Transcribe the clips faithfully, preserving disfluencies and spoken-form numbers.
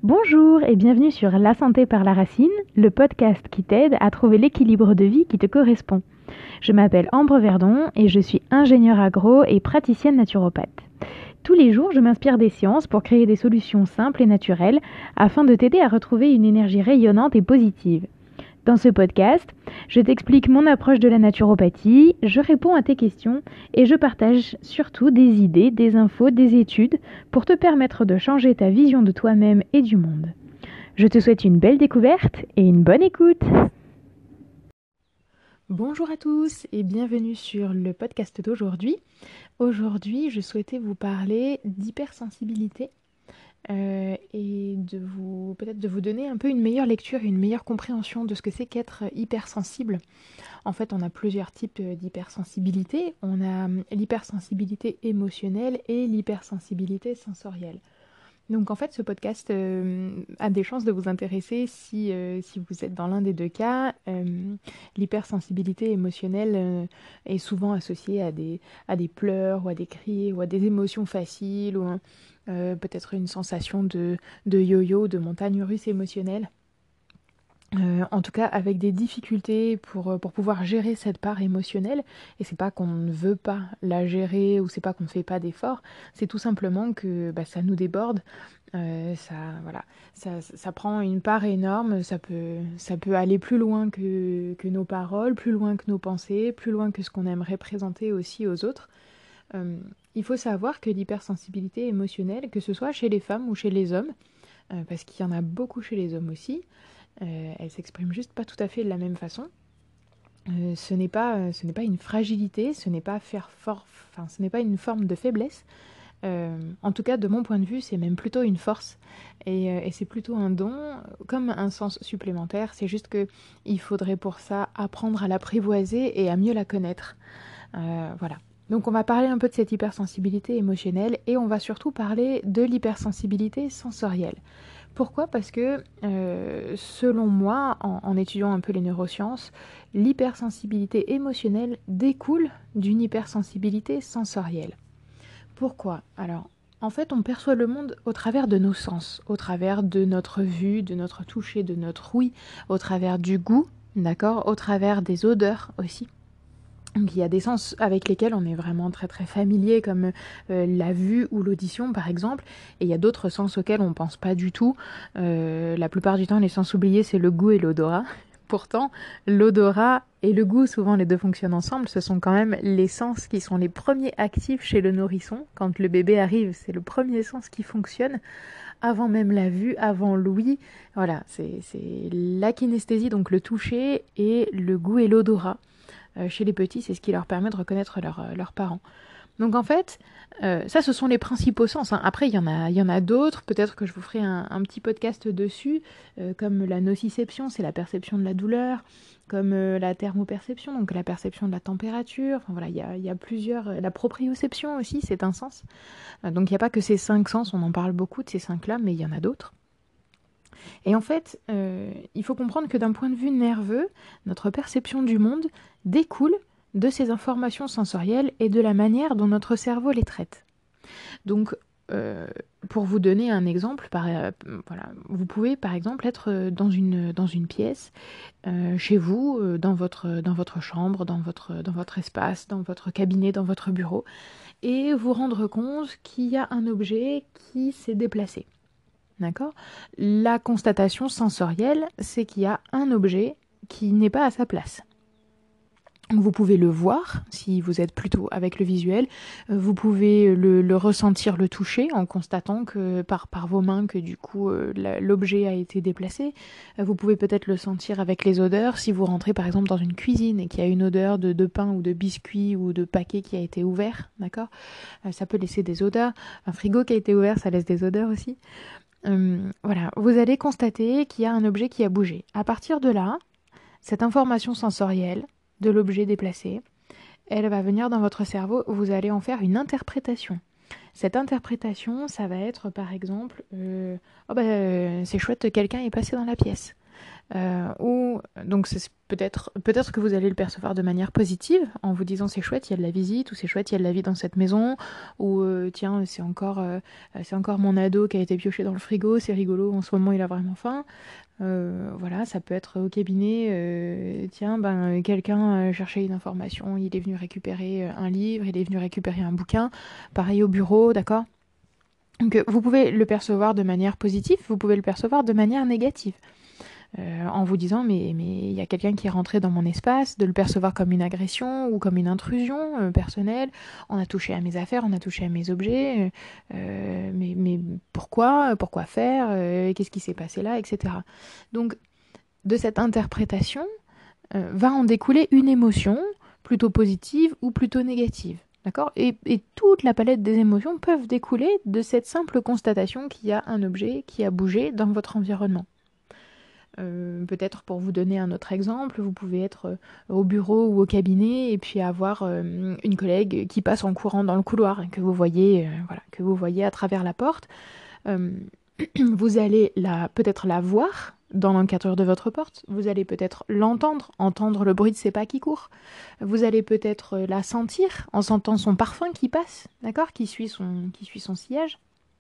Bonjour et bienvenue sur La santé par la racine, le podcast qui t'aide à trouver l'équilibre de vie qui te correspond. Je m'appelle Ambre Verdon et je suis ingénieure agro et praticienne naturopathe. Tous les jours, je m'inspire des sciences pour créer des solutions simples et naturelles afin de t'aider à retrouver une énergie rayonnante et positive. Dans ce podcast, je t'explique mon approche de la naturopathie, je réponds à tes questions et je partage surtout des idées, des infos, des études pour te permettre de changer ta vision de toi-même et du monde. Je te souhaite une belle découverte et une bonne écoute. Bonjour à tous et bienvenue sur le podcast d'aujourd'hui. Aujourd'hui, je souhaitais vous parler d'hypersensibilité. Euh, et de vous peut-être de vous donner un peu une meilleure lecture et une meilleure compréhension de ce que c'est qu'être hypersensible. En fait, on a plusieurs types d'hypersensibilité. On a l'hypersensibilité émotionnelle et l'hypersensibilité sensorielle. Donc en fait, ce podcast euh, a des chances de vous intéresser si, euh, si vous êtes dans l'un des deux cas. Euh, l'hypersensibilité émotionnelle euh, est souvent associée à des, à des pleurs ou à des cris ou à des émotions faciles ou euh, peut-être une sensation de, de yo-yo, de montagne russe émotionnelle. Euh, en tout cas avec des difficultés pour, pour pouvoir gérer cette part émotionnelle. Et c'est pas qu'on ne veut pas la gérer ou c'est pas qu'on ne fait pas d'efforts, c'est tout simplement que bah, ça nous déborde, euh, ça, voilà, ça, ça prend une part énorme, ça peut, ça peut aller plus loin que, que nos paroles, plus loin que nos pensées, plus loin que ce qu'on aimerait présenter aussi aux autres. Euh, il faut savoir que l'hypersensibilité émotionnelle, que ce soit chez les femmes ou chez les hommes, euh, parce qu'il y en a beaucoup chez les hommes aussi, Euh, elle s'exprime juste pas tout à fait de la même façon. Euh, ce n'est pas, euh, ce n'est pas une fragilité, ce n'est pas faire fort, enfin, ce n'est pas une forme de faiblesse. Euh, en tout cas, de mon point de vue, c'est même plutôt une force et, euh, et c'est plutôt un don, comme un sens supplémentaire. C'est juste que il faudrait pour ça apprendre à l'apprivoiser et à mieux la connaître. Euh, voilà. Donc on va parler un peu de cette hypersensibilité émotionnelle et on va surtout parler de l'hypersensibilité sensorielle. Pourquoi ? Parce que, euh, selon moi, en, en étudiant un peu les neurosciences, l'hypersensibilité émotionnelle découle d'une hypersensibilité sensorielle. Pourquoi ? Alors, en fait, on perçoit le monde au travers de nos sens, au travers de notre vue, de notre toucher, de notre ouïe, au travers du goût, d'accord ? Au travers des odeurs aussi. Donc il y a des sens avec lesquels on est vraiment très très familier, comme euh, la vue ou l'audition par exemple, et il y a d'autres sens auxquels on ne pense pas du tout. Euh, la plupart du temps, les sens oubliés, c'est le goût et l'odorat. Pourtant, l'odorat et le goût, souvent les deux fonctionnent ensemble, ce sont quand même les sens qui sont les premiers actifs chez le nourrisson. Quand le bébé arrive, c'est le premier sens qui fonctionne, avant même la vue, avant l'ouïe. Voilà, c'est, c'est la kinesthésie, donc le toucher, et le goût et l'odorat. Euh, chez les petits, c'est ce qui leur permet de reconnaître leur, euh, leurs parents. Donc en fait, euh, ça ce sont les principaux sens, hein. Après, il y en a, il y en a d'autres, peut-être que je vous ferai un, un petit podcast dessus, euh, comme la nociception, c'est la perception de la douleur, comme euh, la thermoperception, donc la perception de la température, enfin voilà, il y a, il y a plusieurs... La proprioception aussi, c'est un sens. Euh, donc il n'y a pas que ces cinq sens, on en parle beaucoup de ces cinq-là, mais il y en a d'autres. Et en fait, euh, il faut comprendre que d'un point de vue nerveux, notre perception du monde découle de ces informations sensorielles et de la manière dont notre cerveau les traite. Donc, euh, pour vous donner un exemple, par, euh, voilà, vous pouvez par exemple être dans une, dans une pièce, euh, chez vous, euh, dans, votre, dans votre chambre, dans votre, dans votre espace, dans votre cabinet, dans votre bureau, et vous rendre compte qu'il y a un objet qui s'est déplacé. D'accord ? La constatation sensorielle, c'est qu'il y a un objet qui n'est pas à sa place. Vous pouvez le voir, si vous êtes plutôt avec le visuel. Vous pouvez le, le ressentir, le toucher, en constatant que par, par vos mains que du coup euh, la, l'objet a été déplacé. Vous pouvez peut-être le sentir avec les odeurs. Si vous rentrez par exemple dans une cuisine et qu'il y a une odeur de, de pain ou de biscuit ou de paquet qui a été ouvert, d'accord ? Ça peut laisser des odeurs. Un frigo qui a été ouvert, ça laisse des odeurs aussi. Euh, voilà, vous allez constater qu'il y a un objet qui a bougé. À partir de là, cette information sensorielle de l'objet déplacé, elle va venir dans votre cerveau, vous allez en faire une interprétation. Cette interprétation, ça va être par exemple, euh, oh bah, euh, c'est chouette, quelqu'un est passé dans la pièce. Euh, ou donc c'est peut-être peut-être que vous allez le percevoir de manière positive en vous disant c'est chouette, il y a de la visite, ou c'est chouette, il y a de la vie dans cette maison, ou euh, tiens c'est encore euh, c'est encore mon ado qui a été pioché dans le frigo, c'est rigolo, en ce moment il a vraiment faim. Euh, voilà, ça peut être au cabinet, euh, tiens ben quelqu'un euh, cherchait une information, il est venu récupérer un livre, il est venu récupérer un bouquin, pareil au bureau, d'accord. Donc vous pouvez le percevoir de manière positive, vous pouvez le percevoir de manière négative. Euh, en vous disant mais mais il y a quelqu'un qui est rentré dans mon espace, de le percevoir comme une agression ou comme une intrusion euh, personnelle. On a touché à mes affaires, on a touché à mes objets. Euh, mais mais pourquoi pourquoi faire euh, Qu'est-ce qui s'est passé là, et cetera. Donc de cette interprétation euh, va en découler une émotion plutôt positive ou plutôt négative. D'accord, et, et toute la palette des émotions peuvent découler de cette simple constatation qu'il y a un objet qui a bougé dans votre environnement. Euh, peut-être pour vous donner un autre exemple, vous pouvez être euh, au bureau ou au cabinet et puis avoir euh, une collègue qui passe en courant dans le couloir et que vous voyez, euh, voilà, que vous voyez à travers la porte. Euh, vous allez la, peut-être la voir dans l'encadrure de votre porte, vous allez peut-être l'entendre, entendre le bruit de ses pas qui courent, vous allez peut-être la sentir en sentant son parfum qui passe, d'accord, qui suit son, qui suit son sillage.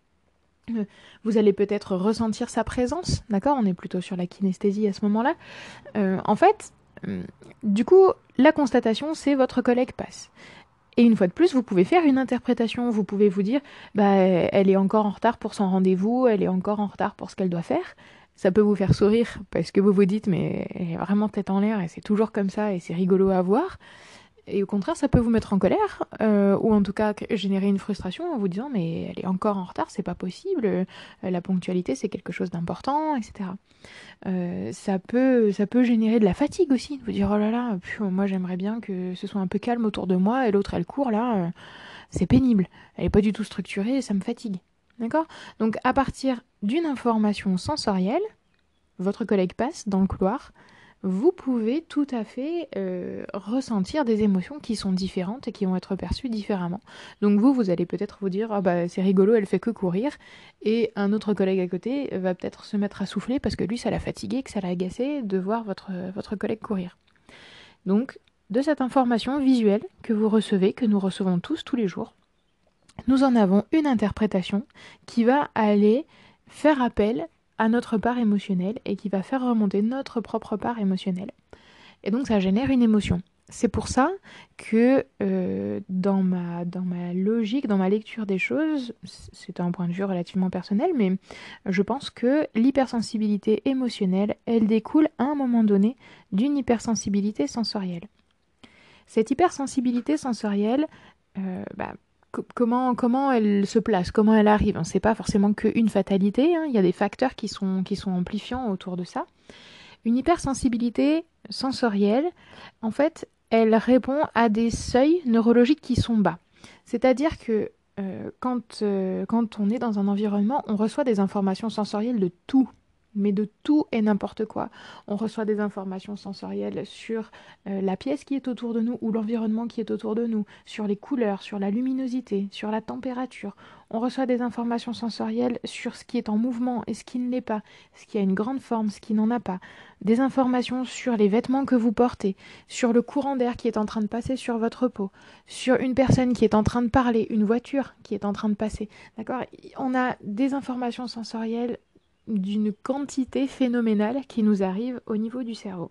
Vous allez peut-être ressentir sa présence, d'accord? On est plutôt sur la kinesthésie à ce moment-là. Euh, en fait, euh, du coup, la constatation, c'est votre collègue passe. Et une fois de plus, vous pouvez faire une interprétation. Vous pouvez vous dire, bah, elle est encore en retard pour son rendez-vous, elle est encore en retard pour ce qu'elle doit faire. Ça peut vous faire sourire parce que vous vous dites, mais elle est vraiment tête en l'air et c'est toujours comme ça et c'est rigolo à voir. Et au contraire, ça peut vous mettre en colère, euh, ou en tout cas générer une frustration en vous disant mais elle est encore en retard, c'est pas possible, euh, la ponctualité c'est quelque chose d'important, et cetera. Euh, ça peut, ça peut générer de la fatigue aussi, de vous dire oh là là, pff, moi j'aimerais bien que ce soit un peu calme autour de moi et l'autre elle court là, euh, c'est pénible, elle est pas du tout structurée et ça me fatigue. D'accord? Donc à partir d'une information sensorielle, votre collègue passe dans le couloir, vous pouvez tout à fait euh, ressentir des émotions qui sont différentes et qui vont être perçues différemment. Donc vous, vous allez peut-être vous dire « Ah bah c'est rigolo, elle fait que courir » et un autre collègue à côté va peut-être se mettre à souffler parce que lui, ça l'a fatigué, que ça l'a agacé de voir votre, votre collègue courir. Donc, de cette information visuelle que vous recevez, que nous recevons tous, tous les jours, nous en avons une interprétation qui va aller faire appel à notre part émotionnelle et qui va faire remonter notre propre part émotionnelle. Et donc ça génère une émotion. C'est pour ça que euh, dans, ma, dans ma logique, dans ma lecture des choses, c'est un point de vue relativement personnel, mais je pense que l'hypersensibilité émotionnelle, elle découle à un moment donné d'une hypersensibilité sensorielle. Cette hypersensibilité sensorielle, euh, bah, Comment, comment elle se place, comment elle arrive. C'est pas forcément qu'une fatalité, hein. Il y a des facteurs qui sont, qui sont amplifiants autour de ça. Une hypersensibilité sensorielle, en fait, elle répond à des seuils neurologiques qui sont bas. C'est-à-dire que euh, quand, euh, quand on est dans un environnement, on reçoit des informations sensorielles de tout, mais de tout et n'importe quoi. On reçoit des informations sensorielles sur euh, la pièce qui est autour de nous ou l'environnement qui est autour de nous, sur les couleurs, sur la luminosité, sur la température. On reçoit des informations sensorielles sur ce qui est en mouvement et ce qui ne l'est pas, ce qui a une grande forme, ce qui n'en a pas. Des informations sur les vêtements que vous portez, sur le courant d'air qui est en train de passer sur votre peau, sur une personne qui est en train de parler, une voiture qui est en train de passer. D'accord ? On a des informations sensorielles d'une quantité phénoménale qui nous arrive au niveau du cerveau.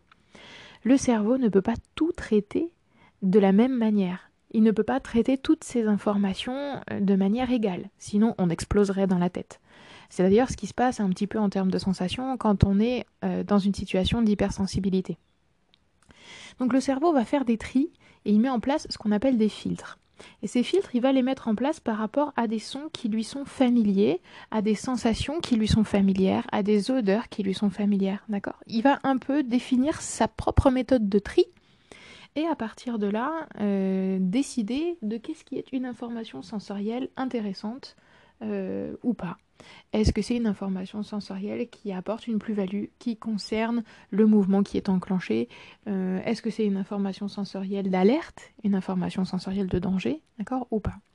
Le cerveau ne peut pas tout traiter de la même manière. Il ne peut pas traiter toutes ces informations de manière égale, sinon on exploserait dans la tête. C'est d'ailleurs ce qui se passe un petit peu en termes de sensations quand on est euh, dans une situation d'hypersensibilité. Donc le cerveau va faire des tris et il met en place ce qu'on appelle des filtres. Et ces filtres, il va les mettre en place par rapport à des sons qui lui sont familiers, à des sensations qui lui sont familières, à des odeurs qui lui sont familières, d'accord ? Il va un peu définir sa propre méthode de tri et à partir de là, euh, décider de qu'est-ce qui est une information sensorielle intéressante euh, ou pas. Est-ce que c'est une information sensorielle qui apporte une plus-value, qui concerne le mouvement qui est enclenché? euh, Est-ce que c'est une information sensorielle d'alerte, une information sensorielle de danger, d'accord, ou pas?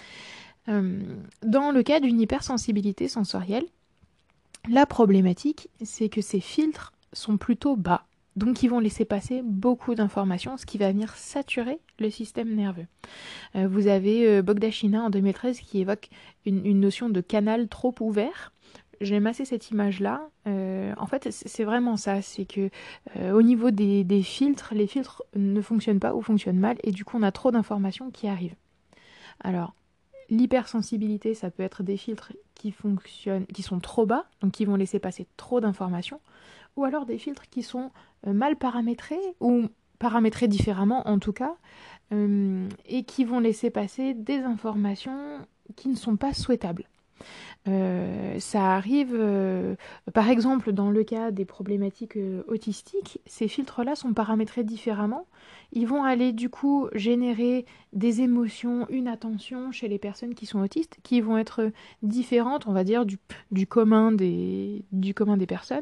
euh, Dans le cas d'une hypersensibilité sensorielle, la problématique, c'est que ces filtres sont plutôt bas. Donc ils vont laisser passer beaucoup d'informations, ce qui va venir saturer le système nerveux. Euh, vous avez euh, Bogdachina en deux mille treize qui évoque une, une notion de canal trop ouvert. J'aime assez cette image-là. Euh, en fait, c'est vraiment ça. C'est que euh, au niveau des, des filtres, les filtres ne fonctionnent pas ou fonctionnent mal, et du coup, on a trop d'informations qui arrivent. Alors, l'hypersensibilité, ça peut être des filtres qui fonctionnent, qui sont trop bas, donc qui vont laisser passer trop d'informations, ou alors des filtres qui sont euh, mal paramétrés, ou paramétrés différemment en tout cas, euh, et qui vont laisser passer des informations qui ne sont pas souhaitables. Euh, ça arrive, euh, par exemple, dans le cas des problématiques euh, autistiques, ces filtres-là sont paramétrés différemment. Ils vont aller du coup générer des émotions, une attention chez les personnes qui sont autistes, qui vont être différentes, on va dire, du, du, commun, des, du commun des personnes.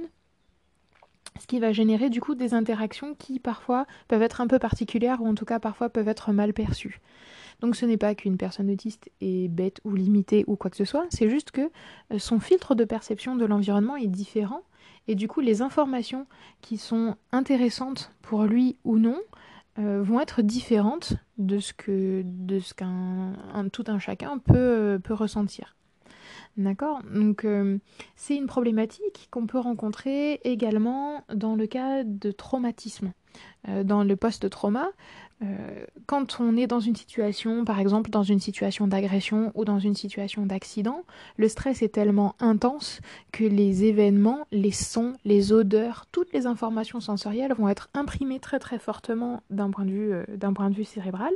Ce qui va générer du coup des interactions qui parfois peuvent être un peu particulières ou en tout cas parfois peuvent être mal perçues. Donc ce n'est pas qu'une personne autiste est bête ou limitée ou quoi que ce soit, c'est juste que son filtre de perception de l'environnement est différent et du coup les informations qui sont intéressantes pour lui ou non euh, vont être différentes de ce que de ce qu'un un, tout un chacun peut, peut ressentir. D'accord. Donc euh, c'est une problématique qu'on peut rencontrer également dans le cas de traumatisme. Euh, dans le post-trauma, euh, quand on est dans une situation, par exemple dans une situation d'agression ou dans une situation d'accident, le stress est tellement intense que les événements, les sons, les odeurs, toutes les informations sensorielles vont être imprimées très très fortement d'un point de vue, euh, d'un point de vue cérébral.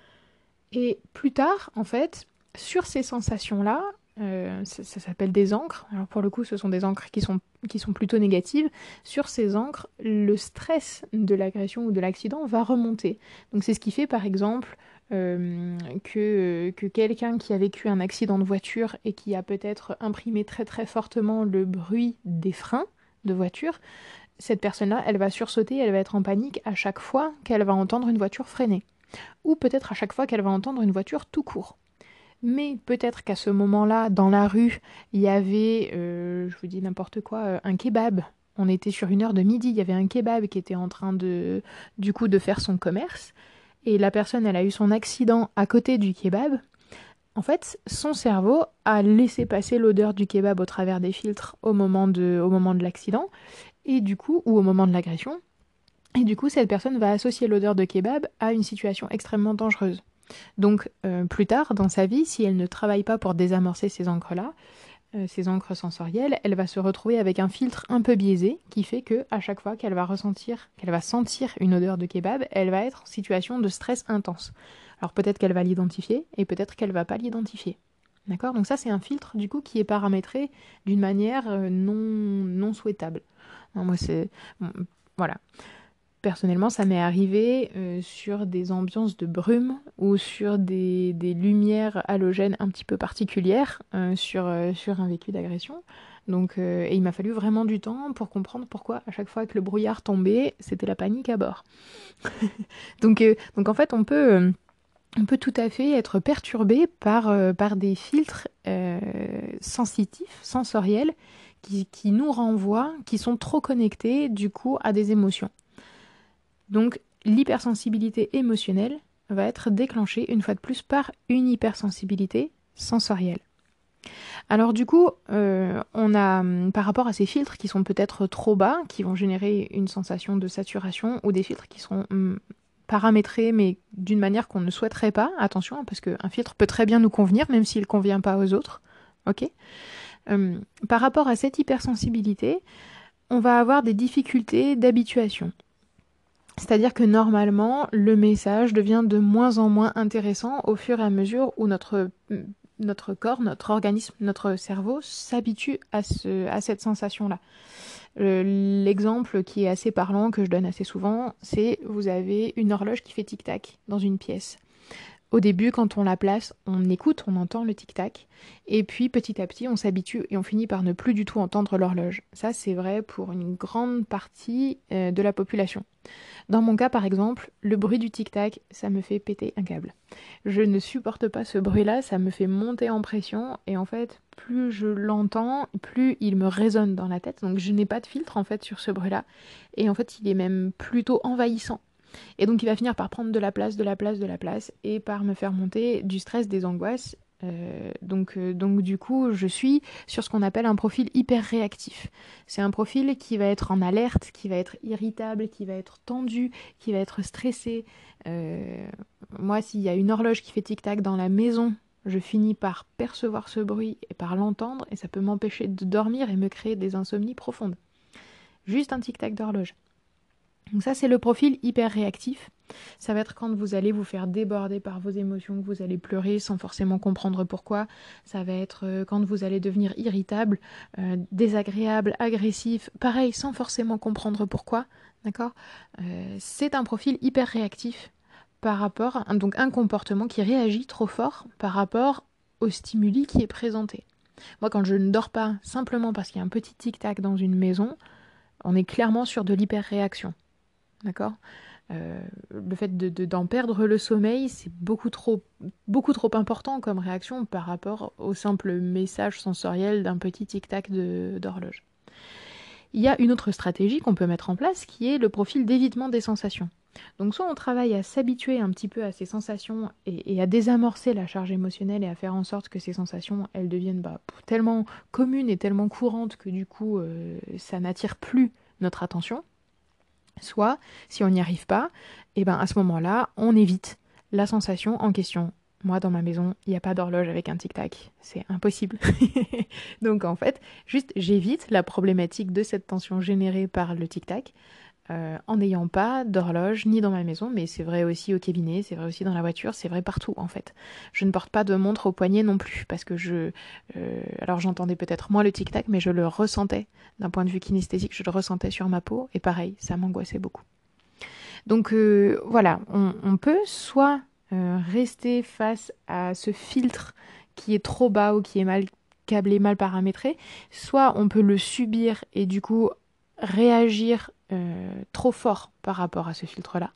Et plus tard, en fait, sur ces sensations-là, Euh, ça, ça s'appelle des encres. Alors pour le coup, ce sont des encres qui sont, qui sont plutôt négatives. Sur ces encres, le stress de l'agression ou de l'accident va remonter. Donc c'est ce qui fait par exemple euh, que, que quelqu'un qui a vécu un accident de voiture et qui a peut-être imprimé très très fortement le bruit des freins de voiture, cette personne-là, elle va sursauter, elle va être en panique à chaque fois qu'elle va entendre une voiture freiner. Ou peut-être à chaque fois qu'elle va entendre une voiture tout court. Mais peut-être qu'à ce moment-là, dans la rue, il y avait, euh, je vous dis n'importe quoi, euh, un kebab. On était sur une heure de midi, il y avait un kebab qui était en train de, du coup, de faire son commerce. Et la personne, elle a eu son accident à côté du kebab. En fait, son cerveau a laissé passer l'odeur du kebab au travers des filtres au moment de, au moment de l'accident, et du coup, ou au moment de l'agression. Et du coup, cette personne va associer l'odeur de kebab à une situation extrêmement dangereuse. Donc euh, plus tard dans sa vie, si elle ne travaille pas pour désamorcer ces encres-là, euh, ces encres sensorielles, elle va se retrouver avec un filtre un peu biaisé qui fait que à chaque fois qu'elle va ressentir, qu'elle va sentir une odeur de kebab, elle va être en situation de stress intense. Alors peut-être qu'elle va l'identifier et peut-être qu'elle va pas l'identifier. D'accord. Donc ça c'est un filtre du coup qui est paramétré d'une manière euh, non non souhaitable. Non, moi c'est bon, voilà. Personnellement, ça m'est arrivé euh, sur des ambiances de brume ou sur des, des lumières halogènes un petit peu particulières euh, sur, euh, sur un vécu d'agression. Donc, euh, et il m'a fallu vraiment du temps pour comprendre pourquoi à chaque fois que le brouillard tombait, c'était la panique à bord. donc, euh, donc en fait, on peut, euh, on peut tout à fait être perturbé par, euh, par des filtres euh, sensitifs, sensoriels, qui, qui nous renvoient, qui sont trop connectés du coup à des émotions. Donc l'hypersensibilité émotionnelle va être déclenchée une fois de plus par une hypersensibilité sensorielle. Alors du coup, euh, on a par rapport à ces filtres qui sont peut-être trop bas, qui vont générer une sensation de saturation, ou des filtres qui sont hum, paramétrés mais d'une manière qu'on ne souhaiterait pas, attention, parce qu'un filtre peut très bien nous convenir même s'il ne convient pas aux autres. Ok. Hum, par rapport à cette hypersensibilité, on va avoir des difficultés d'habituation. C'est-à-dire que normalement, le message devient de moins en moins intéressant au fur et à mesure où notre, notre corps, notre organisme, notre cerveau s'habitue à, ce, à cette sensation-là. L'exemple qui est assez parlant, que je donne assez souvent, c'est vous avez une horloge qui fait tic-tac dans une pièce. Au début, quand on la place, on écoute, on entend le tic-tac. Et puis, petit à petit, on s'habitue et on finit par ne plus du tout entendre l'horloge. Ça, c'est vrai pour une grande partie euh, de la population. Dans mon cas, par exemple, le bruit du tic-tac, ça me fait péter un câble. Je ne supporte pas ce bruit-là, ça me fait monter en pression. Et en fait, plus je l'entends, plus il me résonne dans la tête. Donc, je n'ai pas de filtre, en fait, sur ce bruit-là. Et en fait, il est même plutôt envahissant. Et donc il va finir par prendre de la place, de la place, de la place, et par me faire monter du stress, des angoisses. Euh, donc, euh, donc du coup, je suis sur ce qu'on appelle un profil hyper réactif. C'est un profil qui va être en alerte, qui va être irritable, qui va être tendu, qui va être stressé. Euh, moi, s'il y a une horloge qui fait tic-tac dans la maison, je finis par percevoir ce bruit et par l'entendre, et ça peut m'empêcher de dormir et me créer des insomnies profondes. Juste un tic-tac d'horloge. Donc ça, c'est le profil hyper réactif. Ça va être quand vous allez vous faire déborder par vos émotions, que vous allez pleurer sans forcément comprendre pourquoi. Ça va être quand vous allez devenir irritable, euh, désagréable, agressif, pareil, sans forcément comprendre pourquoi. D'accord ? Euh, c'est un profil hyper réactif par rapport, à, donc un comportement qui réagit trop fort par rapport au stimuli qui est présenté. Moi, quand je ne dors pas simplement parce qu'il y a un petit tic-tac dans une maison, on est clairement sur de l'hyper-réaction. D'accord ? euh, Le fait de, de, d'en perdre le sommeil, c'est beaucoup trop, beaucoup trop important comme réaction par rapport au simple message sensoriel d'un petit tic-tac de, d'horloge. Il y a une autre stratégie qu'on peut mettre en place qui est le profil d'évitement des sensations. Donc soit on travaille à s'habituer un petit peu à ces sensations et, et à désamorcer la charge émotionnelle et à faire en sorte que ces sensations, elles deviennent bah, tellement communes et tellement courantes que du coup, euh, ça n'attire plus notre attention. Soit, si on n'y arrive pas, et ben à ce moment-là, on évite la sensation en question. Moi, dans ma maison, il n'y a pas d'horloge avec un tic-tac. C'est impossible. Donc en fait, juste j'évite la problématique de cette tension générée par le tic-tac euh, en n'ayant pas d'horloge ni dans ma maison, mais c'est vrai aussi au cabinet, c'est vrai aussi dans la voiture, c'est vrai partout en fait. Je ne porte pas de montre au poignet non plus parce que je... Euh, alors j'entendais peut-être moins le tic-tac, mais je le ressentais d'un point de vue kinesthésique, je le ressentais sur ma peau et pareil, ça m'angoissait beaucoup. Donc euh, voilà, on, on peut soit euh, rester face à ce filtre qui est trop bas ou qui est mal câblé, mal paramétré, soit on peut le subir et du coup réagir euh, trop fort par rapport à ce filtre-là.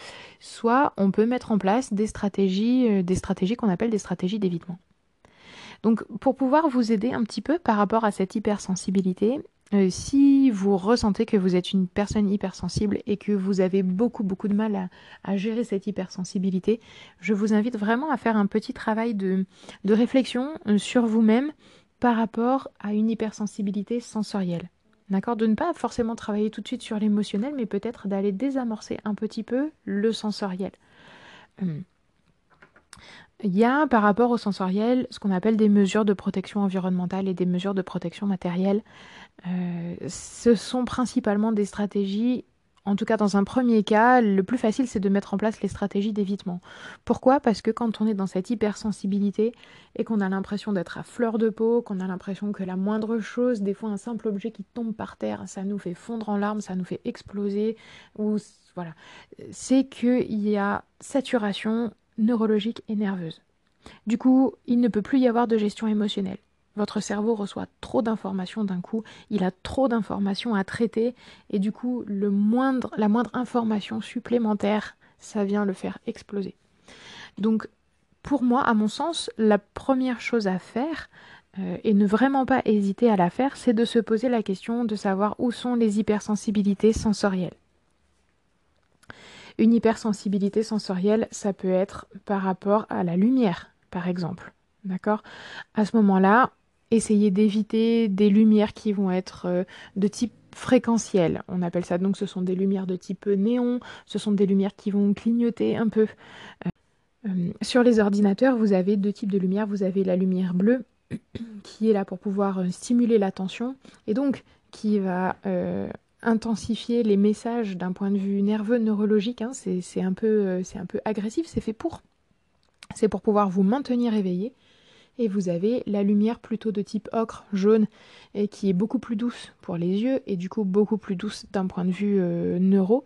Soit on peut mettre en place des stratégies, euh, des stratégies qu'on appelle des stratégies d'évitement. Donc pour pouvoir vous aider un petit peu par rapport à cette hypersensibilité, euh, si vous ressentez que vous êtes une personne hypersensible et que vous avez beaucoup beaucoup de mal à, à gérer cette hypersensibilité, je vous invite vraiment à faire un petit travail de, de réflexion sur vous-même par rapport à une hypersensibilité sensorielle. D'accord ? De ne pas forcément travailler tout de suite sur l'émotionnel, mais peut-être d'aller désamorcer un petit peu le sensoriel. Hum. Il y a par rapport au sensoriel ce qu'on appelle des mesures de protection environnementale et des mesures de protection matérielle. Euh, ce sont principalement des stratégies, en tout cas dans un premier cas, le plus facile c'est de mettre en place les stratégies d'évitement. Pourquoi ? Parce que quand on est dans cette hypersensibilité et qu'on a l'impression d'être à fleur de peau, qu'on a l'impression que la moindre chose, des fois un simple objet qui tombe par terre, ça nous fait fondre en larmes, ça nous fait exploser, ou voilà, c'est qu'il y a saturation neurologique et nerveuse. Du coup, il ne peut plus y avoir de gestion émotionnelle. Votre cerveau reçoit trop d'informations d'un coup, il a trop d'informations à traiter, et du coup, le moindre, la moindre information supplémentaire, ça vient le faire exploser. Donc, pour moi, à mon sens, la première chose à faire, euh, et ne vraiment pas hésiter à la faire, c'est de se poser la question de savoir où sont les hypersensibilités sensorielles. Une hypersensibilité sensorielle, ça peut être par rapport à la lumière, par exemple. D'accord ? À ce moment-là, essayez d'éviter des lumières qui vont être euh, de type fréquentiel. On appelle ça donc, ce sont des lumières de type néon, ce sont des lumières qui vont clignoter un peu. Euh, euh, sur les ordinateurs, vous avez deux types de lumière. Vous avez la lumière bleue, qui est là pour pouvoir euh, stimuler l'attention, et donc qui va... Euh, intensifier les messages d'un point de vue nerveux, neurologique, hein, c'est, c'est, un peu, euh, c'est un peu agressif, c'est fait pour. C'est pour pouvoir vous maintenir éveillé. Et vous avez la lumière plutôt de type ocre, jaune, et qui est beaucoup plus douce pour les yeux, et du coup beaucoup plus douce d'un point de vue euh, neuro,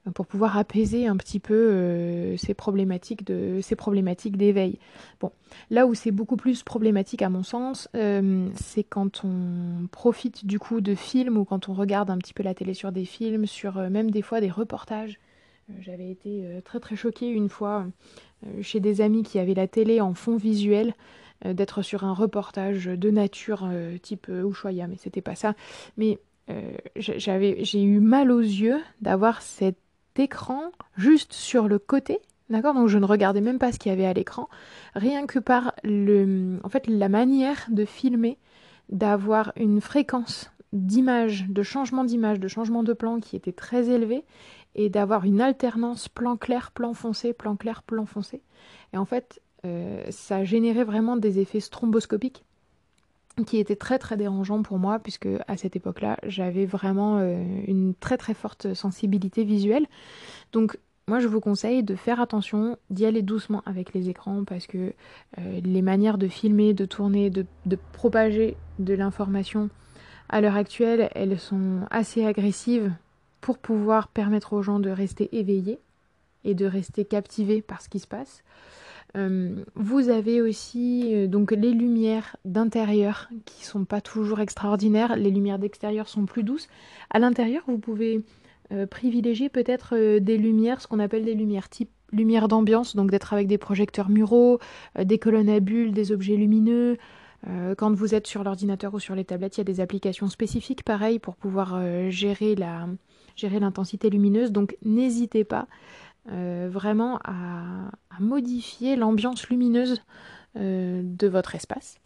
pour pouvoir apaiser un petit peu euh, ces problématiques de ces problématiques d'éveil. Bon, là où c'est beaucoup plus problématique à mon sens, euh, c'est quand on profite du coup de films ou quand on regarde un petit peu la télé sur des films, sur euh, même des fois des reportages. Euh, J'avais été euh, très très choquée une fois euh, chez des amis qui avaient la télé en fond visuel, euh, d'être sur un reportage de nature euh, type euh, Ushuaïa, mais c'était pas ça. Mais euh, j'avais, j'ai eu mal aux yeux d'avoir cet écran juste sur le côté, d'accord? Donc je ne regardais même pas ce qu'il y avait à l'écran, rien que par le, en fait, la manière de filmer, d'avoir une fréquence d'image, de changement d'image, de changement de plan qui était très élevée, et d'avoir une alternance plan clair, plan foncé, plan clair, plan foncé. Et en fait, euh, ça générait vraiment des effets stromboscopiques qui étaient très très dérangeants pour moi, puisque à cette époque-là, j'avais vraiment euh, une très très forte sensibilité visuelle. Donc moi, je vous conseille de faire attention, d'y aller doucement avec les écrans, parce que euh, les manières de filmer, de tourner, de, de propager de l'information à l'heure actuelle, elles sont assez agressives pour pouvoir permettre aux gens de rester éveillés et de rester captivés par ce qui se passe. Euh, vous avez aussi euh, donc les lumières d'intérieur qui sont pas toujours extraordinaires. Les lumières d'extérieur sont plus douces. À l'intérieur, vous pouvez euh, privilégier peut-être euh, des lumières, ce qu'on appelle des lumières type lumière d'ambiance, donc d'être avec des projecteurs muraux, euh, des colonnes à bulles, des objets lumineux. Euh, quand vous êtes sur l'ordinateur ou sur les tablettes, il y a des applications spécifiques, pareil, pour pouvoir euh, gérer la, gérer l'intensité lumineuse. Donc n'hésitez pas euh, vraiment à, à modifier l'ambiance lumineuse euh, de votre espace.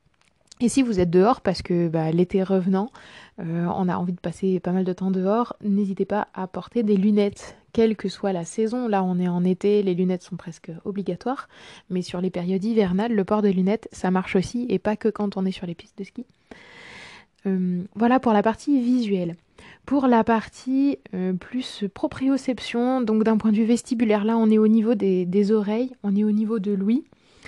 Et si vous êtes dehors, parce que bah, l'été revenant, euh, on a envie de passer pas mal de temps dehors, n'hésitez pas à porter des lunettes, quelle que soit la saison. Là, on est en été, les lunettes sont presque obligatoires, mais sur les périodes hivernales, le port de lunettes, ça marche aussi, et pas que quand on est sur les pistes de ski. Euh, voilà pour la partie visuelle. Pour la partie euh, plus proprioception, donc d'un point de vue vestibulaire, là on est au niveau des, des oreilles, on est au niveau de l'ouïe.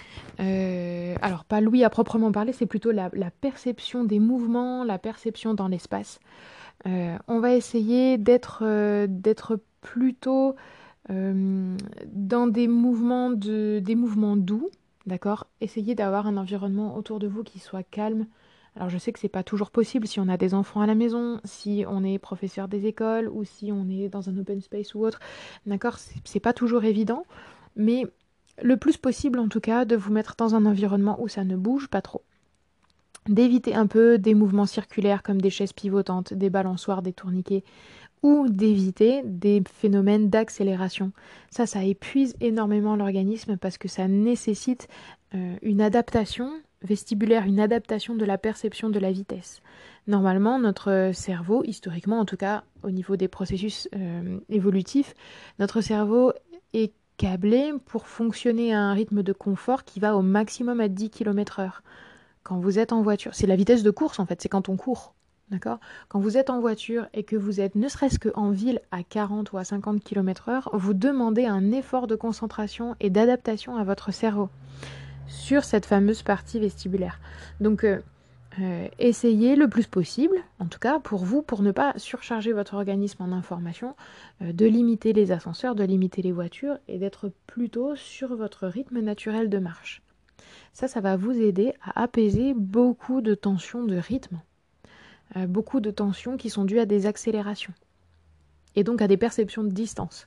Euh, alors pas l'ouïe à proprement parler, c'est plutôt la, la perception des mouvements, la perception dans l'espace. Euh, on va essayer d'être euh, d'être plutôt euh, dans des mouvements, de, des mouvements doux, d'accord? Essayez d'avoir un environnement autour de vous qui soit calme. Alors je sais que c'est pas toujours possible si on a des enfants à la maison, si on est professeur des écoles ou si on est dans un open space ou autre, d'accord? C'est, c'est pas toujours évident, mais le plus possible en tout cas de vous mettre dans un environnement où ça ne bouge pas trop. D'éviter un peu des mouvements circulaires comme des chaises pivotantes, des balançoires, des tourniquets, ou d'éviter des phénomènes d'accélération. Ça, ça épuise énormément l'organisme parce que ça nécessite euh, une adaptation vestibulaire, une adaptation de la perception de la vitesse. Normalement, notre cerveau, historiquement en tout cas, au niveau des processus euh, évolutifs, notre cerveau est câblé pour fonctionner à un rythme de confort qui va au maximum à dix kilomètres heure. Quand vous êtes en voiture, c'est la vitesse de course en fait, c'est quand on court. D'accord? Quand vous êtes en voiture et que vous êtes ne serait-ce qu'en ville à quarante ou à cinquante kilomètres heure, vous demandez un effort de concentration et d'adaptation à votre cerveau sur cette fameuse partie vestibulaire. Donc, euh, euh, essayez le plus possible, en tout cas pour vous, pour ne pas surcharger votre organisme en information, euh, de limiter les ascenseurs, de limiter les voitures et d'être plutôt sur votre rythme naturel de marche. Ça, ça va vous aider à apaiser beaucoup de tensions de rythme. Euh, beaucoup de tensions qui sont dues à des accélérations et donc à des perceptions de distance.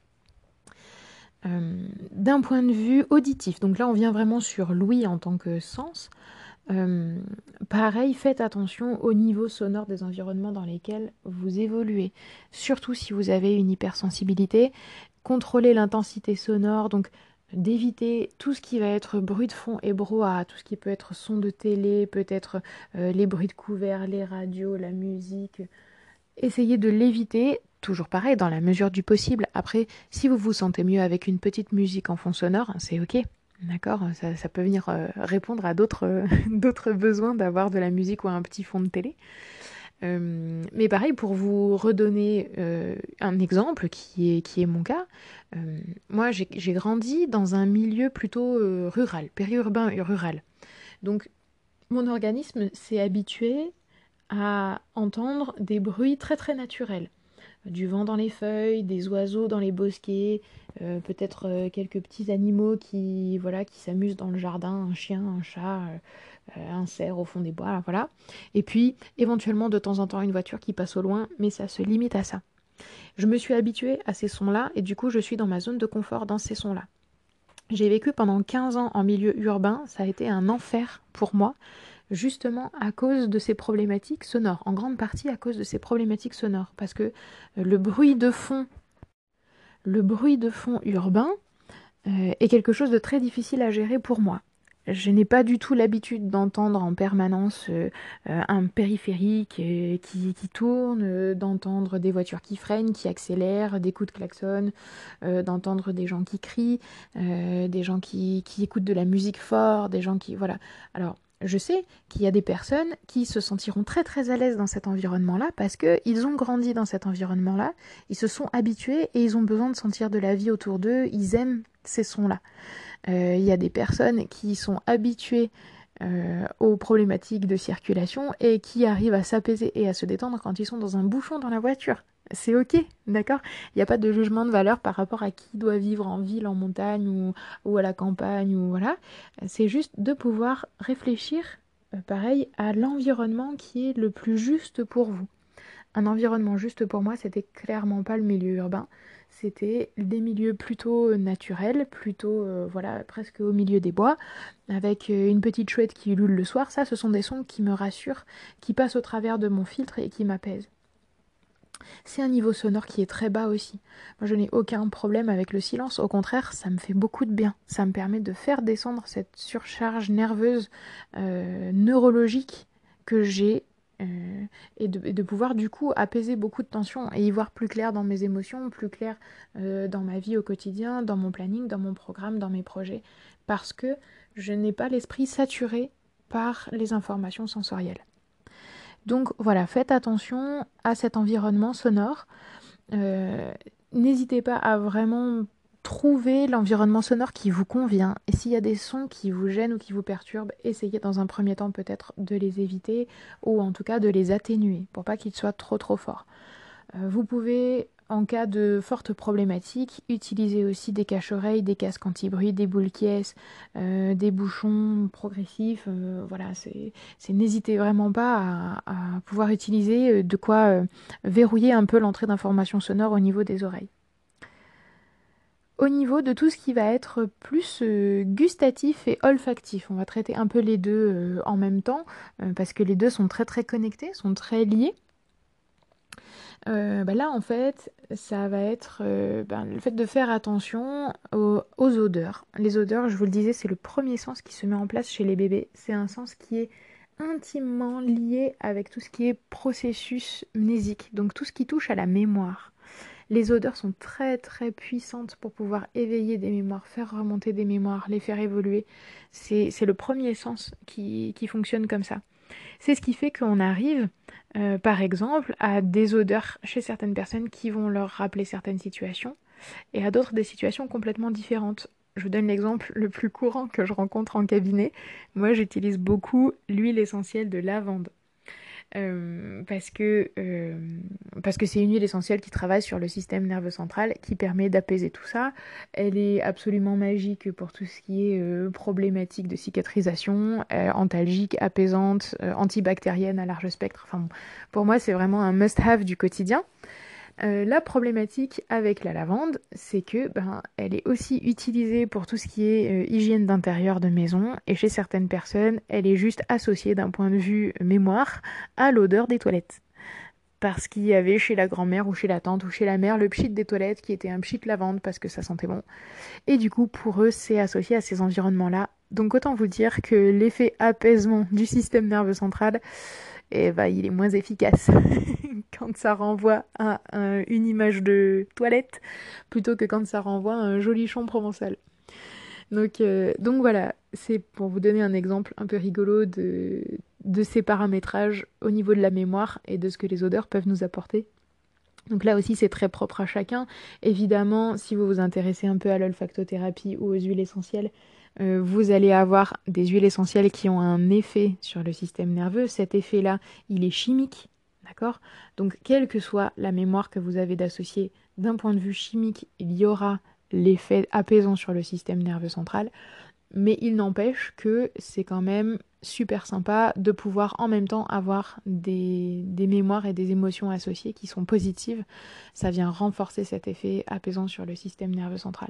Euh, d'un point de vue auditif, donc là on vient vraiment sur l'ouïe en tant que sens, euh, pareil, faites attention au niveau sonore des environnements dans lesquels vous évoluez, surtout si vous avez une hypersensibilité, contrôlez l'intensité sonore, donc d'éviter tout ce qui va être bruit de fond et brouhaha, tout ce qui peut être son de télé, peut-être euh, les bruits de couvert, les radios, la musique. Essayez de l'éviter, toujours pareil, dans la mesure du possible. Après, si vous vous sentez mieux avec une petite musique en fond sonore, c'est ok. D'accord, ça, ça peut venir euh, répondre à d'autres, euh, d'autres besoins d'avoir de la musique ou un petit fond de télé. Euh, mais pareil, pour vous redonner euh, un exemple qui est, qui est mon cas, euh, moi j'ai, j'ai grandi dans un milieu plutôt euh, rural, périurbain et rural. Donc mon organisme s'est habitué à entendre des bruits très très naturels. du vent dans les feuilles, des oiseaux dans les bosquets, euh, peut-être euh, quelques petits animaux qui, voilà, qui s'amusent dans le jardin, un chien, un chat, euh, euh, un cerf au fond des bois, voilà. Et puis, éventuellement, de temps en temps, une voiture qui passe au loin, mais ça se limite à ça. Je me suis habituée à ces sons-là, et du coup, je suis dans ma zone de confort dans ces sons-là. J'ai vécu pendant quinze ans en milieu urbain, ça a été un enfer pour moi, justement à cause de ces problématiques sonores, en grande partie à cause de ces problématiques sonores, parce que euh, le bruit de fond, le bruit de fond urbain euh, est quelque chose de très difficile à gérer pour moi. Je n'ai pas du tout l'habitude d'entendre en permanence euh, euh, un périphérique euh, qui, qui tourne, euh, d'entendre des voitures qui freinent, qui accélèrent, des coups de klaxon, euh, d'entendre des gens qui crient, euh, des gens qui, qui écoutent de la musique fort, des gens qui... Voilà. Alors, je sais qu'il y a des personnes qui se sentiront très très à l'aise dans cet environnement-là parce qu'ils ont grandi dans cet environnement-là, ils se sont habitués et ils ont besoin de sentir de la vie autour d'eux, ils aiment ces sons-là. Euh, il y a des personnes qui sont habituées euh, aux problématiques de circulation et qui arrivent à s'apaiser et à se détendre quand ils sont dans un bouchon dans la voiture. C'est ok, d'accord? Il n'y a pas de jugement de valeur par rapport à qui doit vivre en ville, en montagne ou, ou à la campagne, ou voilà. C'est juste de pouvoir réfléchir, euh, pareil, à l'environnement qui est le plus juste pour vous. Un environnement juste pour moi, c'était clairement pas le milieu urbain. C'était des milieux plutôt naturels, plutôt euh, voilà, presque au milieu des bois, avec euh, une petite chouette qui ulule le soir. Ça, ce sont des sons qui me rassurent, qui passent au travers de mon filtre et qui m'apaisent. C'est un niveau sonore qui est très bas aussi. Moi, je n'ai aucun problème avec le silence. Au contraire, ça me fait beaucoup de bien. Ça me permet de faire descendre cette surcharge nerveuse, euh, neurologique que j'ai euh, et, de, et de pouvoir du coup apaiser beaucoup de tensions et y voir plus clair dans mes émotions, plus clair euh, dans ma vie au quotidien, dans mon planning, dans mon programme, dans mes projets. Parce que je n'ai pas l'esprit saturé par les informations sensorielles. Donc voilà, faites attention à cet environnement sonore. Euh, N'hésitez pas à vraiment trouver l'environnement sonore qui vous convient. Et s'il y a des sons qui vous gênent ou qui vous perturbent, essayez dans un premier temps peut-être de les éviter ou en tout cas de les atténuer pour pas qu'ils soient trop trop forts. Euh, vous pouvez, en cas de forte problématique, utiliser aussi des cache-oreilles, des casques anti-bruit, des boules caisses, euh, des bouchons progressifs. Euh, voilà, c'est, c'est n'hésitez vraiment pas à, à pouvoir utiliser de quoi euh, verrouiller un peu l'entrée d'informations sonores au niveau des oreilles. Au niveau de tout ce qui va être plus euh, gustatif et olfactif, on va traiter un peu les deux euh, en même temps, euh, parce que les deux sont très très connectés, sont très liés. Euh, bah là, en fait, ça va être euh, ben, le fait de faire attention aux, aux odeurs. Les odeurs, je vous le disais, c'est le premier sens qui se met en place chez les bébés. C'est un sens qui est intimement lié avec tout ce qui est processus mnésique, donc tout ce qui touche à la mémoire. Les odeurs sont très très puissantes pour pouvoir éveiller des mémoires, faire remonter des mémoires, les faire évoluer. C'est, c'est le premier sens qui, qui fonctionne comme ça. C'est ce qui fait qu'on arrive, euh, par exemple, à des odeurs chez certaines personnes qui vont leur rappeler certaines situations et à d'autres des situations complètement différentes. Je vous donne l'exemple le plus courant que je rencontre en cabinet. Moi, j'utilise beaucoup l'huile essentielle de lavande. Euh, parce que euh, parce que c'est une huile essentielle qui travaille sur le système nerveux central, qui permet d'apaiser tout ça. Elle est absolument magique pour tout ce qui est euh, problématique de cicatrisation, euh, antalgique, apaisante, euh, antibactérienne à large spectre. Enfin, bon, pour moi, c'est vraiment un must-have du quotidien. Euh, la problématique avec la lavande, c'est que ben, elle est aussi utilisée pour tout ce qui est euh, hygiène d'intérieur de maison, et chez certaines personnes, elle est juste associée d'un point de vue mémoire à l'odeur des toilettes. Parce qu'il y avait chez la grand-mère ou chez la tante ou chez la mère le pchit des toilettes qui était un pchit lavande parce que ça sentait bon. Et du coup, pour eux, c'est associé à ces environnements-là. Donc autant vous dire que l'effet apaisement du système nerveux central, eh ben, il est moins efficace quand ça renvoie à un, une image de toilette plutôt que quand ça renvoie à un joli champ provençal. Donc, euh, donc voilà, c'est pour vous donner un exemple un peu rigolo de, de ces paramétrages au niveau de la mémoire et de ce que les odeurs peuvent nous apporter. Donc là aussi, c'est très propre à chacun. Évidemment, si vous vous intéressez un peu à l'olfactothérapie ou aux huiles essentielles, euh, vous allez avoir des huiles essentielles qui ont un effet sur le système nerveux. Cet effet-là, il est chimique. D'accord? Donc, quelle que soit la mémoire que vous avez d'associer, d'un point de vue chimique, il y aura l'effet apaisant sur le système nerveux central, mais il n'empêche que c'est quand même super sympa de pouvoir en même temps avoir des, des mémoires et des émotions associées qui sont positives. Ça vient renforcer cet effet apaisant sur le système nerveux central.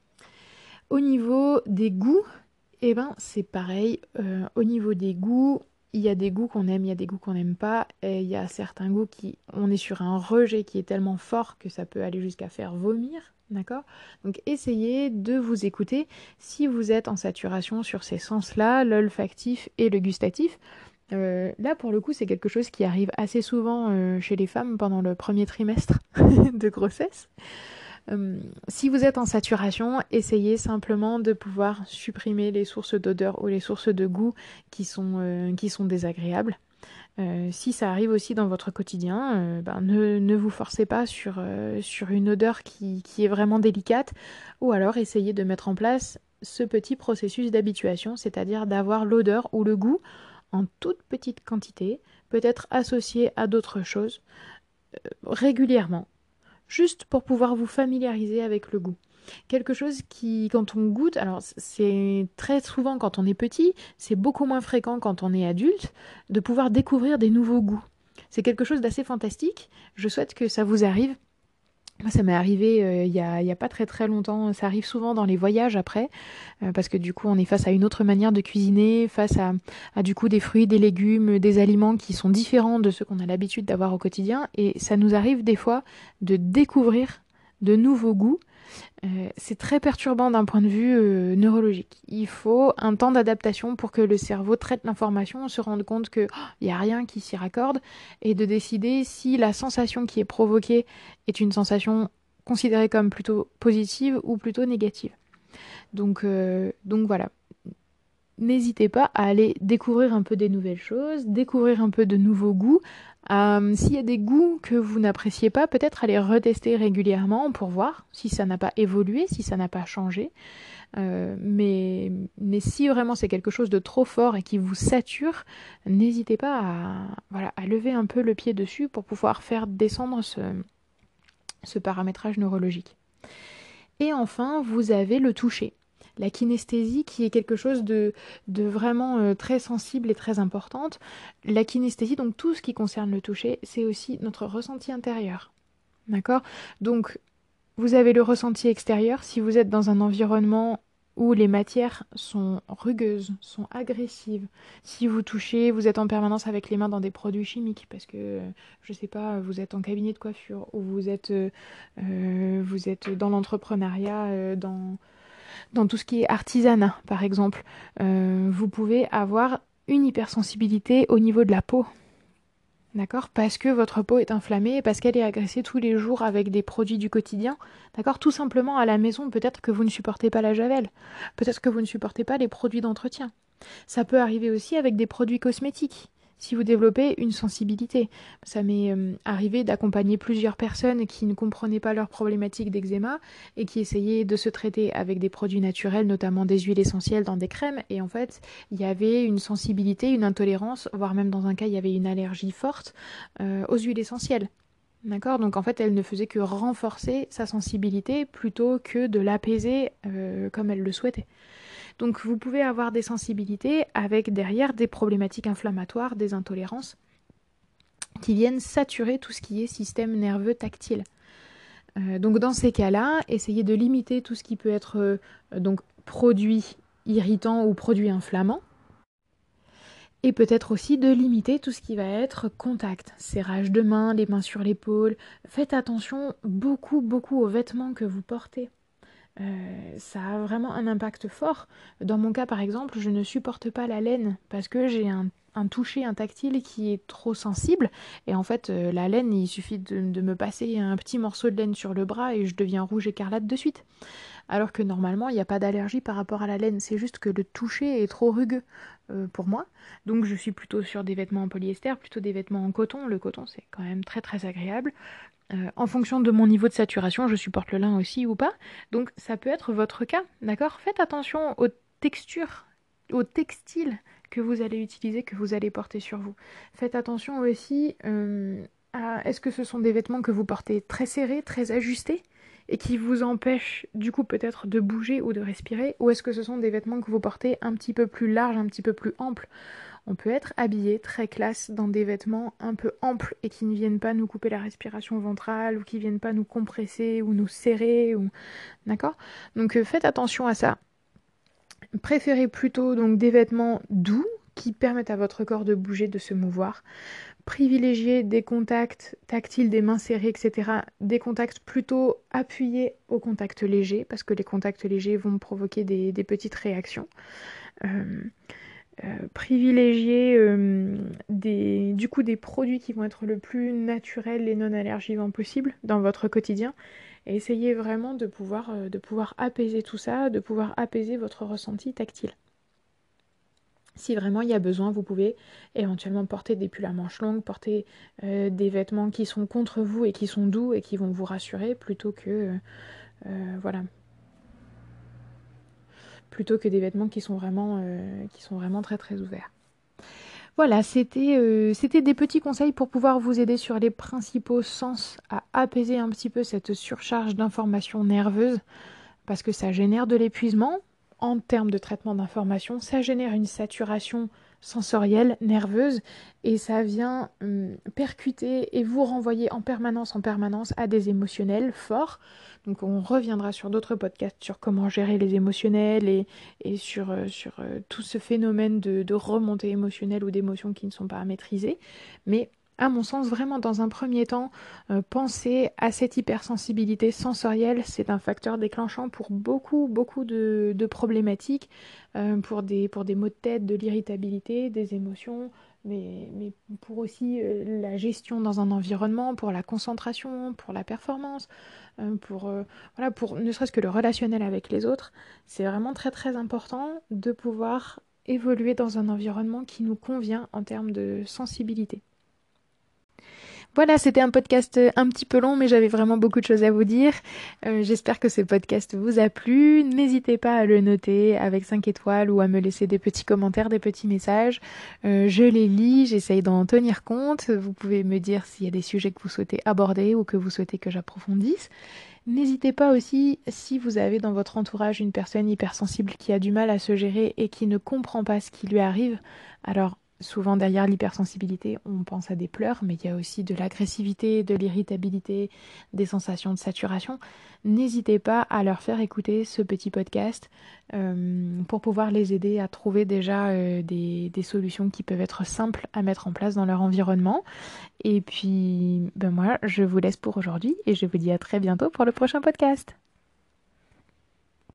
Au niveau des goûts, eh ben, c'est pareil. Euh, au niveau des goûts, il y a des goûts qu'on aime, il y a des goûts qu'on n'aime pas. Et il y a certains goûts qui... On est sur un rejet qui est tellement fort que ça peut aller jusqu'à faire vomir. D'accord? Donc essayez de vous écouter si vous êtes en saturation sur ces sens-là, l'olfactif et le gustatif. Euh, là, pour le coup, c'est quelque chose qui arrive assez souvent euh, chez les femmes pendant le premier trimestre de grossesse. Euh, si vous êtes en saturation, essayez simplement de pouvoir supprimer les sources d'odeur ou les sources de goût qui sont, euh, qui sont désagréables. Euh, si ça arrive aussi dans votre quotidien, euh, ben ne, ne vous forcez pas sur, euh, sur une odeur qui, qui est vraiment délicate, ou alors essayez de mettre en place ce petit processus d'habituation, c'est-à-dire d'avoir l'odeur ou le goût en toute petite quantité, peut-être associé à d'autres choses, euh, régulièrement, juste pour pouvoir vous familiariser avec le goût. Quelque chose qui, quand on goûte, alors c'est très souvent quand on est petit, c'est beaucoup moins fréquent quand on est adulte, de pouvoir découvrir des nouveaux goûts. C'est quelque chose d'assez fantastique. Je souhaite que ça vous arrive. Moi, ça m'est arrivé euh, il y a, il y a pas très très longtemps. Ça arrive souvent dans les voyages après, euh, parce que du coup, on est face à une autre manière de cuisiner, face à, à du coup des fruits, des légumes, des aliments qui sont différents de ceux qu'on a l'habitude d'avoir au quotidien. Et ça nous arrive des fois de découvrir de nouveaux goûts. Euh, c'est très perturbant d'un point de vue euh, neurologique. Il faut un temps d'adaptation pour que le cerveau traite l'information, se rende compte qu'il n'y a rien qui s'y raccorde, et de décider si la sensation qui est provoquée est une sensation considérée comme plutôt positive ou plutôt négative. Donc, euh, donc voilà. N'hésitez pas à aller découvrir un peu des nouvelles choses, découvrir un peu de nouveaux goûts. Euh, s'il y a des goûts que vous n'appréciez pas, peut-être aller retester régulièrement pour voir si ça n'a pas évolué, si ça n'a pas changé. Euh, mais, mais si vraiment c'est quelque chose de trop fort et qui vous sature, n'hésitez pas à, voilà, à lever un peu le pied dessus pour pouvoir faire descendre ce, ce paramétrage neurologique. Et enfin, vous avez le toucher. La kinesthésie qui est quelque chose de, de vraiment euh, très sensible et très importante. La kinesthésie, donc tout ce qui concerne le toucher, c'est aussi notre ressenti intérieur. D'accord? Donc, vous avez le ressenti extérieur si vous êtes dans un environnement où les matières sont rugueuses, sont agressives. Si vous touchez, vous êtes en permanence avec les mains dans des produits chimiques parce que, je sais pas, vous êtes en cabinet de coiffure ou vous êtes, euh, euh, vous êtes dans l'entrepreneuriat, euh, dans, dans tout ce qui est artisanat, par exemple. Euh, vous pouvez avoir une hypersensibilité au niveau de la peau. D'accord? Parce que votre peau est inflammée, parce qu'elle est agressée tous les jours avec des produits du quotidien. D'accord? Tout simplement à la maison, peut-être que vous ne supportez pas la javel. Peut-être que vous ne supportez pas les produits d'entretien. Ça peut arriver aussi avec des produits cosmétiques. Si vous développez une sensibilité. Ça m'est euh, arrivé d'accompagner plusieurs personnes qui ne comprenaient pas leur problématique d'eczéma et qui essayaient de se traiter avec des produits naturels, notamment des huiles essentielles dans des crèmes. Et en fait, il y avait une sensibilité, une intolérance, voire même dans un cas, il y avait une allergie forte euh, aux huiles essentielles. D'accord? Donc en fait, elle ne faisait que renforcer sa sensibilité plutôt que de l'apaiser euh, comme elle le souhaitait. Donc vous pouvez avoir des sensibilités avec derrière des problématiques inflammatoires, des intolérances qui viennent saturer tout ce qui est système nerveux tactile. Euh, donc dans ces cas-là, essayez de limiter tout ce qui peut être euh, donc produit irritant ou produit inflammant. Et peut-être aussi de limiter tout ce qui va être contact, serrage de main, les mains sur l'épaule. Faites attention beaucoup, beaucoup aux vêtements que vous portez. Euh, ça a vraiment un impact fort. Dans mon cas, par exemple, je ne supporte pas la laine parce que j'ai un, un toucher, un tactile qui est trop sensible. Et en fait, euh, la laine, il suffit de, de me passer un petit morceau de laine sur le bras et je deviens rouge écarlate de suite. Alors que normalement, il n'y a pas d'allergie par rapport à la laine. C'est juste que le toucher est trop rugueux euh, pour moi. Donc je suis plutôt sur des vêtements en polyester, plutôt des vêtements en coton. Le coton, c'est quand même très très agréable. Euh, en fonction de mon niveau de saturation, je supporte le lin aussi ou pas. Donc ça peut être votre cas, d'accord? Faites attention aux textures, aux textiles que vous allez utiliser, que vous allez porter sur vous. Faites attention aussi euh, à est-ce que ce sont des vêtements que vous portez très serrés, très ajustés et qui vous empêchent du coup peut-être de bouger ou de respirer, ou est-ce que ce sont des vêtements que vous portez un petit peu plus larges, un petit peu plus amples. On peut être habillé très classe dans des vêtements un peu amples et qui ne viennent pas nous couper la respiration ventrale ou qui ne viennent pas nous compresser ou nous serrer. Ou... D'accord ? Donc euh, faites attention à ça. Préférez plutôt donc des vêtements doux qui permettent à votre corps de bouger, de se mouvoir. Privilégiez des contacts tactiles, des mains serrées, et cetera. Des contacts plutôt appuyés aux contacts légers parce que les contacts légers vont provoquer des, des petites réactions. Euh, Euh, privilégier euh, des, du coup des produits qui vont être le plus naturels et non allergisants possible dans votre quotidien et essayez vraiment de pouvoir, euh, de pouvoir apaiser tout ça, de pouvoir apaiser votre ressenti tactile. Si vraiment il y a besoin, vous pouvez éventuellement porter des pulls à manches longues, porter euh, des vêtements qui sont contre vous et qui sont doux et qui vont vous rassurer plutôt que euh, euh, voilà, plutôt que des vêtements qui sont vraiment, euh, qui sont vraiment très très ouverts. Voilà, c'était euh, c'était des petits conseils pour pouvoir vous aider sur les principaux sens à apaiser un petit peu cette surcharge d'informations nerveuses parce que ça génère de l'épuisement en termes de traitement d'informations, ça génère une saturation sensorielle, nerveuse et ça vient hum, percuter et vous renvoyer en permanence en permanence à des émotionnels forts. Donc on reviendra sur d'autres podcasts sur comment gérer les émotionnels et, et sur, euh, sur euh, tout ce phénomène de, de remontée émotionnelle ou d'émotions qui ne sont pas maîtrisées. Mais à mon sens, vraiment dans un premier temps, euh, penser à cette hypersensibilité sensorielle, c'est un facteur déclenchant pour beaucoup, beaucoup de, de problématiques, euh, pour des, pour des maux de tête, de l'irritabilité, des émotions, mais, mais pour aussi euh, la gestion dans un environnement, pour la concentration, pour la performance, euh, pour, euh, voilà, pour ne serait-ce que le relationnel avec les autres. C'est vraiment très très important de pouvoir évoluer dans un environnement qui nous convient en termes de sensibilité. Voilà, c'était un podcast un petit peu long, mais j'avais vraiment beaucoup de choses à vous dire. Euh, j'espère que ce podcast vous a plu. N'hésitez pas à le noter avec cinq étoiles ou à me laisser des petits commentaires, des petits messages. Euh, je les lis, j'essaye d'en tenir compte. Vous pouvez me dire s'il y a des sujets que vous souhaitez aborder ou que vous souhaitez que j'approfondisse. N'hésitez pas aussi, si vous avez dans votre entourage une personne hypersensible qui a du mal à se gérer et qui ne comprend pas ce qui lui arrive, alors souvent derrière l'hypersensibilité, on pense à des pleurs, mais il y a aussi de l'agressivité, de l'irritabilité, des sensations de saturation. N'hésitez pas à leur faire écouter ce petit podcast euh, pour pouvoir les aider à trouver déjà euh, des, des solutions qui peuvent être simples à mettre en place dans leur environnement. Et puis, ben moi, je vous laisse pour aujourd'hui et je vous dis à très bientôt pour le prochain podcast.